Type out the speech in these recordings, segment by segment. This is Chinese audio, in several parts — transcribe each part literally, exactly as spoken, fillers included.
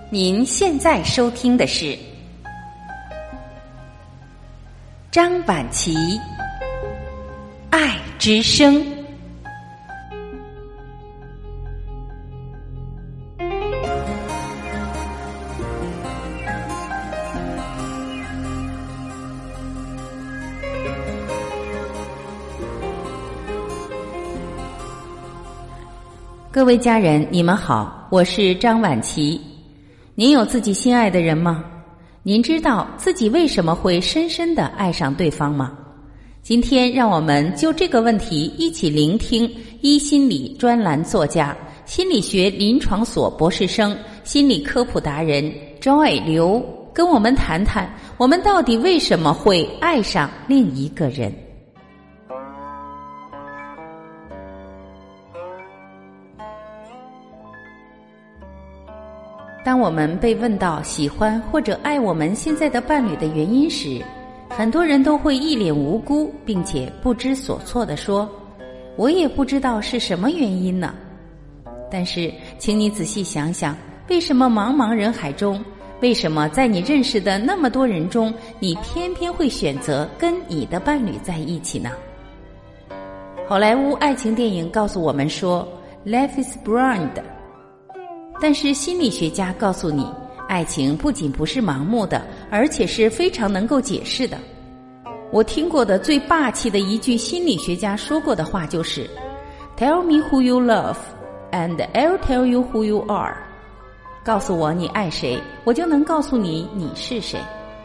您现在收听的是张晚琪《爱之声》。各位家人，你们好，我是张晚琪。您有自己心爱的人吗？您知道自己为什么会深深地爱上对方吗？今天让我们就这个问题一起聆听一心理专栏作家、心理学临床所博士生、心理科普达人 Joy 刘跟我们谈谈，我们到底为什么会爱上另一个人。当我们被问到喜欢或者爱我们现在的伴侣的原因时，很多人都会一脸无辜并且不知所措地说，我也不知道是什么原因呢。但是请你仔细想想，为什么茫茫人海中，为什么在你认识的那么多人中，你偏偏会选择跟你的伴侣在一起呢？好莱坞爱情电影告诉我们说 Life is blind，但是心理学家告诉你，爱情不仅不是盲目的，而且是非常能够解释的。我听过的最霸气的一句心理学家说过的话就是 Tell me who you love and I'll tell you who you are。 告诉我你爱谁，我就能告诉你你是谁。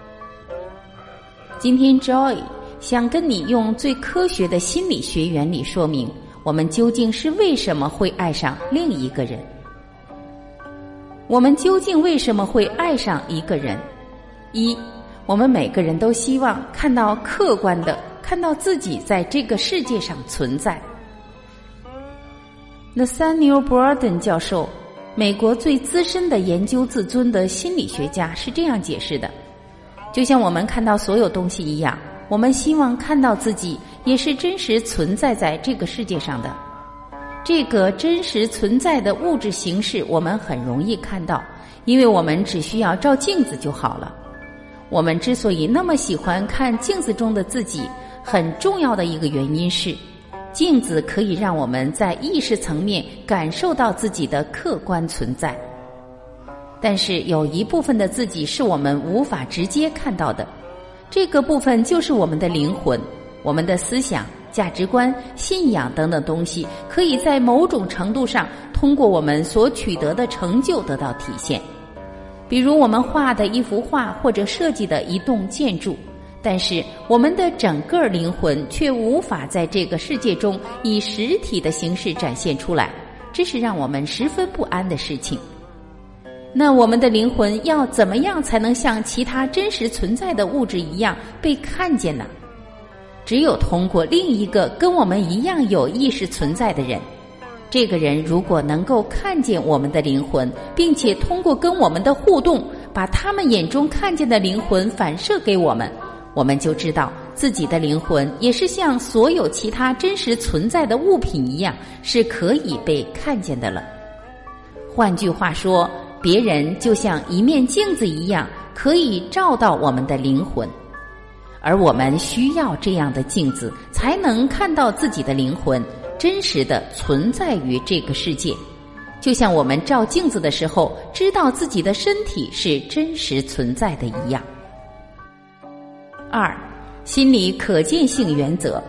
今天 Joy 想跟你用最科学的心理学原理说明，我们究竟是为什么会爱上另一个人。我们究竟为什么会爱上一个人？一，我们每个人都希望看到客观的，看到自己在这个世界上存在。Nathaniel Branden 教授，美国最资深的研究自尊的心理学家是这样解释的：就像我们看到所有东西一样，我们希望看到自己也是真实存在在这个世界上的。这个真实存在的物质形式我们很容易看到，因为我们只需要照镜子就好了。我们之所以那么喜欢看镜子中的自己，很重要的一个原因是，镜子可以让我们在意识层面感受到自己的客观存在。但是有一部分的自己是我们无法直接看到的，这个部分就是我们的灵魂，我们的思想、价值观、信仰等等东西，可以在某种程度上通过我们所取得的成就得到体现。比如我们画的一幅画或者设计的一栋建筑，但是我们的整个灵魂却无法在这个世界中以实体的形式展现出来，这是让我们十分不安的事情。那我们的灵魂要怎么样才能像其他真实存在的物质一样被看见呢？只有通过另一个跟我们一样有意识存在的人，这个人如果能够看见我们的灵魂，并且通过跟我们的互动，把他们眼中看见的灵魂反射给我们，我们就知道自己的灵魂也是像所有其他真实存在的物品一样，是可以被看见的了。换句话说，别人就像一面镜子一样，可以照到我们的灵魂。而我们需要这样的镜子，才能看到自己的灵魂真实的存在于这个世界，就像我们照镜子的时候知道自己的身体是真实存在的一样。二，心理可见性原则。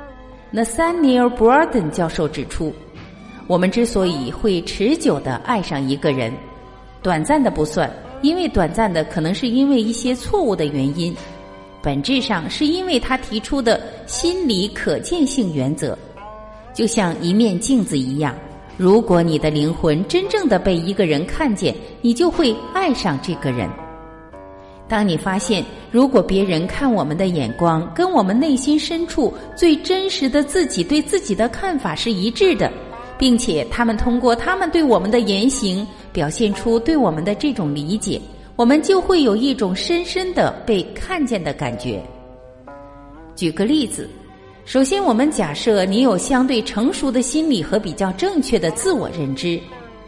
Nathaniel Branden 教授指出，我们之所以会持久地爱上一个人，短暂的不算，因为短暂的可能是因为一些错误的原因，本质上是因为他提出的心理可见性原则。就像一面镜子一样，如果你的灵魂真正的被一个人看见，你就会爱上这个人。当你发现，如果别人看我们的眼光跟我们内心深处最真实的自己对自己的看法是一致的，并且他们通过他们对我们的言行表现出对我们的这种理解，我们就会有一种深深的被看见的感觉。举个例子，首先我们假设你有相对成熟的心理和比较正确的自我认知，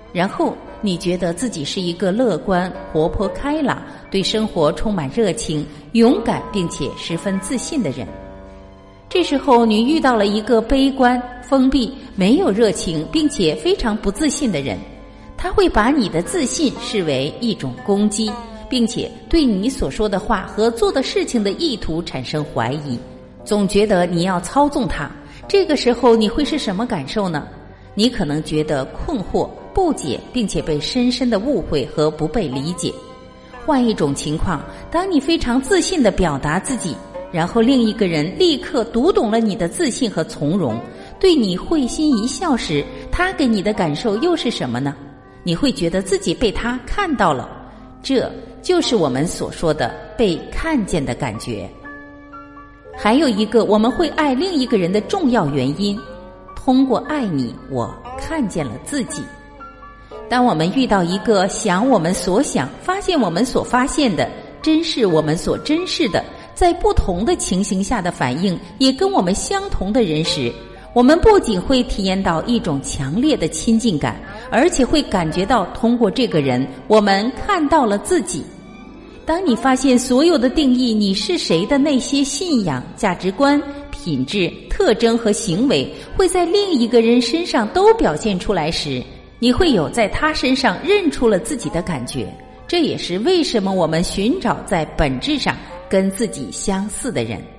然后你觉得自己是一个乐观、活泼开朗，对生活充满热情、勇敢并且十分自信的人。这时候你遇到了一个悲观、封闭、没有热情并且非常不自信的人，他会把你的自信视为一种攻击，并且对你所说的话和做的事情的意图产生怀疑，总觉得你要操纵他。这个时候你会是什么感受呢？你可能觉得困惑、不解，并且被深深的误会和不被理解。换一种情况，当你非常自信地表达自己，然后另一个人立刻读懂了你的自信和从容，对你会心一笑时，他给你的感受又是什么呢？你会觉得自己被他看到了，这就是我们所说的被看见的感觉。还有一个我们会爱另一个人的重要原因，通过爱你，我看见了自己。当我们遇到一个想我们所想、发现我们所发现的、珍视我们所珍视的，在不同的情形下的反应也跟我们相同的人时，我们不仅会体验到一种强烈的亲近感，而且会感觉到通过这个人，我们看到了自己。当你发现所有的定义你是谁的那些信仰、价值观、品质、特征和行为会在另一个人身上都表现出来时，你会有在他身上认出了自己的感觉。这也是为什么我们寻找在本质上跟自己相似的人。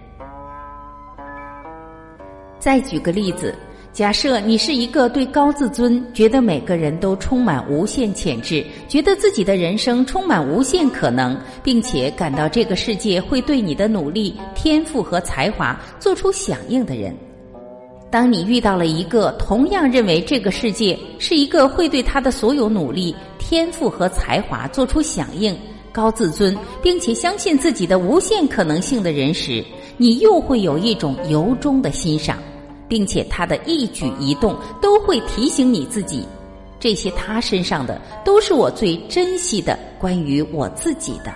再举个例子，假设你是一个对高自尊，觉得每个人都充满无限潜质，觉得自己的人生充满无限可能，并且感到这个世界会对你的努力、天赋和才华做出响应的人。当你遇到了一个同样认为这个世界是一个会对他的所有努力、天赋和才华做出响应、高自尊，并且相信自己的无限可能性的人时，你又会有一种由衷的欣赏，并且他的一举一动都会提醒你自己，这些他身上的都是我最珍惜的关于我自己的。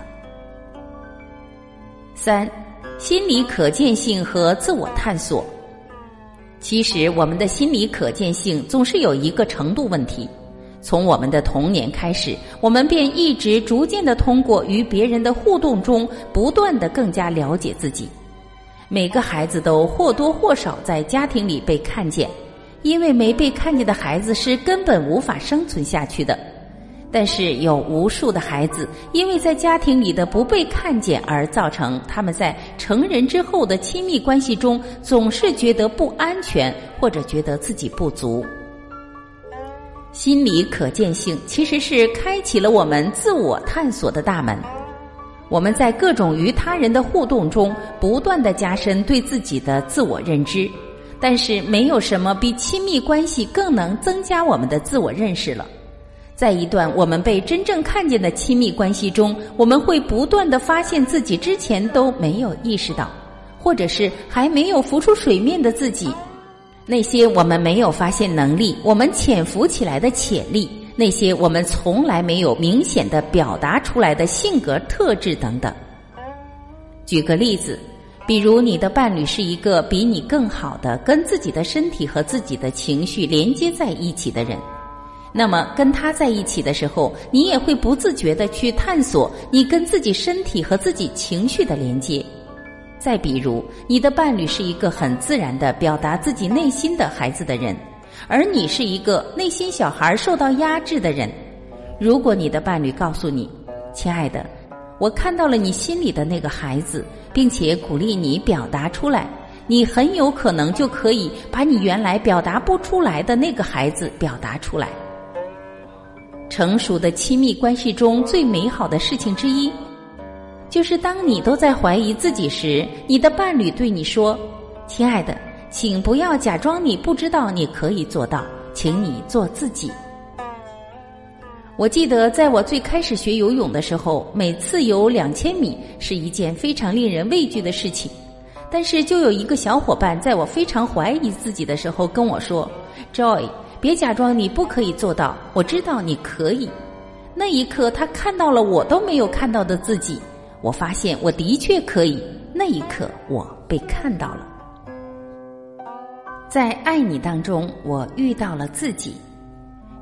三、心理可见性和自我探索。其实我们的心理可见性总是有一个程度问题，从我们的童年开始，我们便一直逐渐地通过与别人的互动中不断地更加了解自己。每个孩子都或多或少在家庭里被看见，因为没被看见的孩子是根本无法生存下去的。但是有无数的孩子因为在家庭里的不被看见而造成他们在成人之后的亲密关系中总是觉得不安全，或者觉得自己不足。心理可见性其实是开启了我们自我探索的大门。我们在各种与他人的互动中不断地加深对自己的自我认知，但是没有什么比亲密关系更能增加我们的自我认识了。在一段我们被真正看见的亲密关系中，我们会不断地发现自己之前都没有意识到，或者是还没有浮出水面的自己，那些我们没有发现能力，我们潜伏起来的潜力，那些我们从来没有明显的表达出来的性格特质等等。举个例子，比如你的伴侣是一个比你更好的跟自己的身体和自己的情绪连接在一起的人，那么跟他在一起的时候，你也会不自觉地去探索你跟自己身体和自己情绪的连接。再比如，你的伴侣是一个很自然地表达自己内心的孩子的人，而你是一个内心小孩受到压制的人。如果你的伴侣告诉你，亲爱的，我看到了你心里的那个孩子，并且鼓励你表达出来，你很有可能就可以把你原来表达不出来的那个孩子表达出来。成熟的亲密关系中最美好的事情之一，就是当你都在怀疑自己时，你的伴侣对你说，亲爱的，请不要假装你不知道你可以做到，请你做自己。我记得在我最开始学游泳的时候，每次游两千米是一件非常令人畏惧的事情，但是就有一个小伙伴在我非常怀疑自己的时候跟我说， Joy， 别假装你不可以做到，我知道你可以。那一刻他看到了我都没有看到的自己，我发现我的确可以，那一刻我被看到了。在爱你当中，我遇到了自己。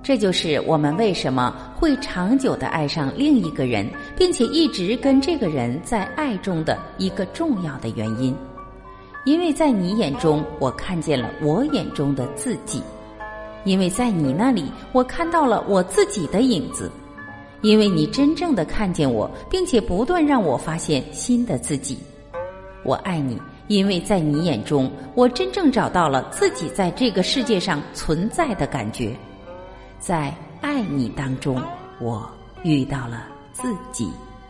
这就是我们为什么会长久地爱上另一个人，并且一直跟这个人在爱中的一个重要的原因。因为在你眼中，我看见了我眼中的自己；因为在你那里，我看到了我自己的影子；因为你真正的看见我，并且不断让我发现新的自己。我爱你，因为在你眼中，我真正找到了自己在这个世界上存在的感觉。在爱你当中，我遇到了自己。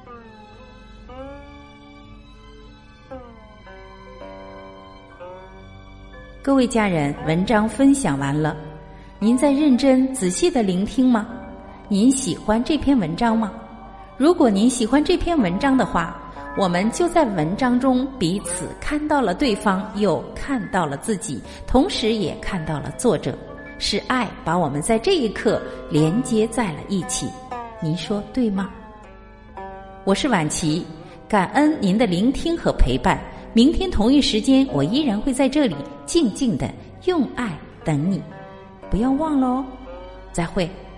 各位家人，文章分享完了，您在认真仔细的聆听吗？您喜欢这篇文章吗？如果您喜欢这篇文章的话，我们就在文章中彼此看到了对方，又看到了自己，同时也看到了作者。是爱把我们在这一刻连接在了一起，您说对吗？我是婉琪，感恩您的聆听和陪伴。明天同一时间，我依然会在这里静静的用爱等你，不要忘了哦。再会。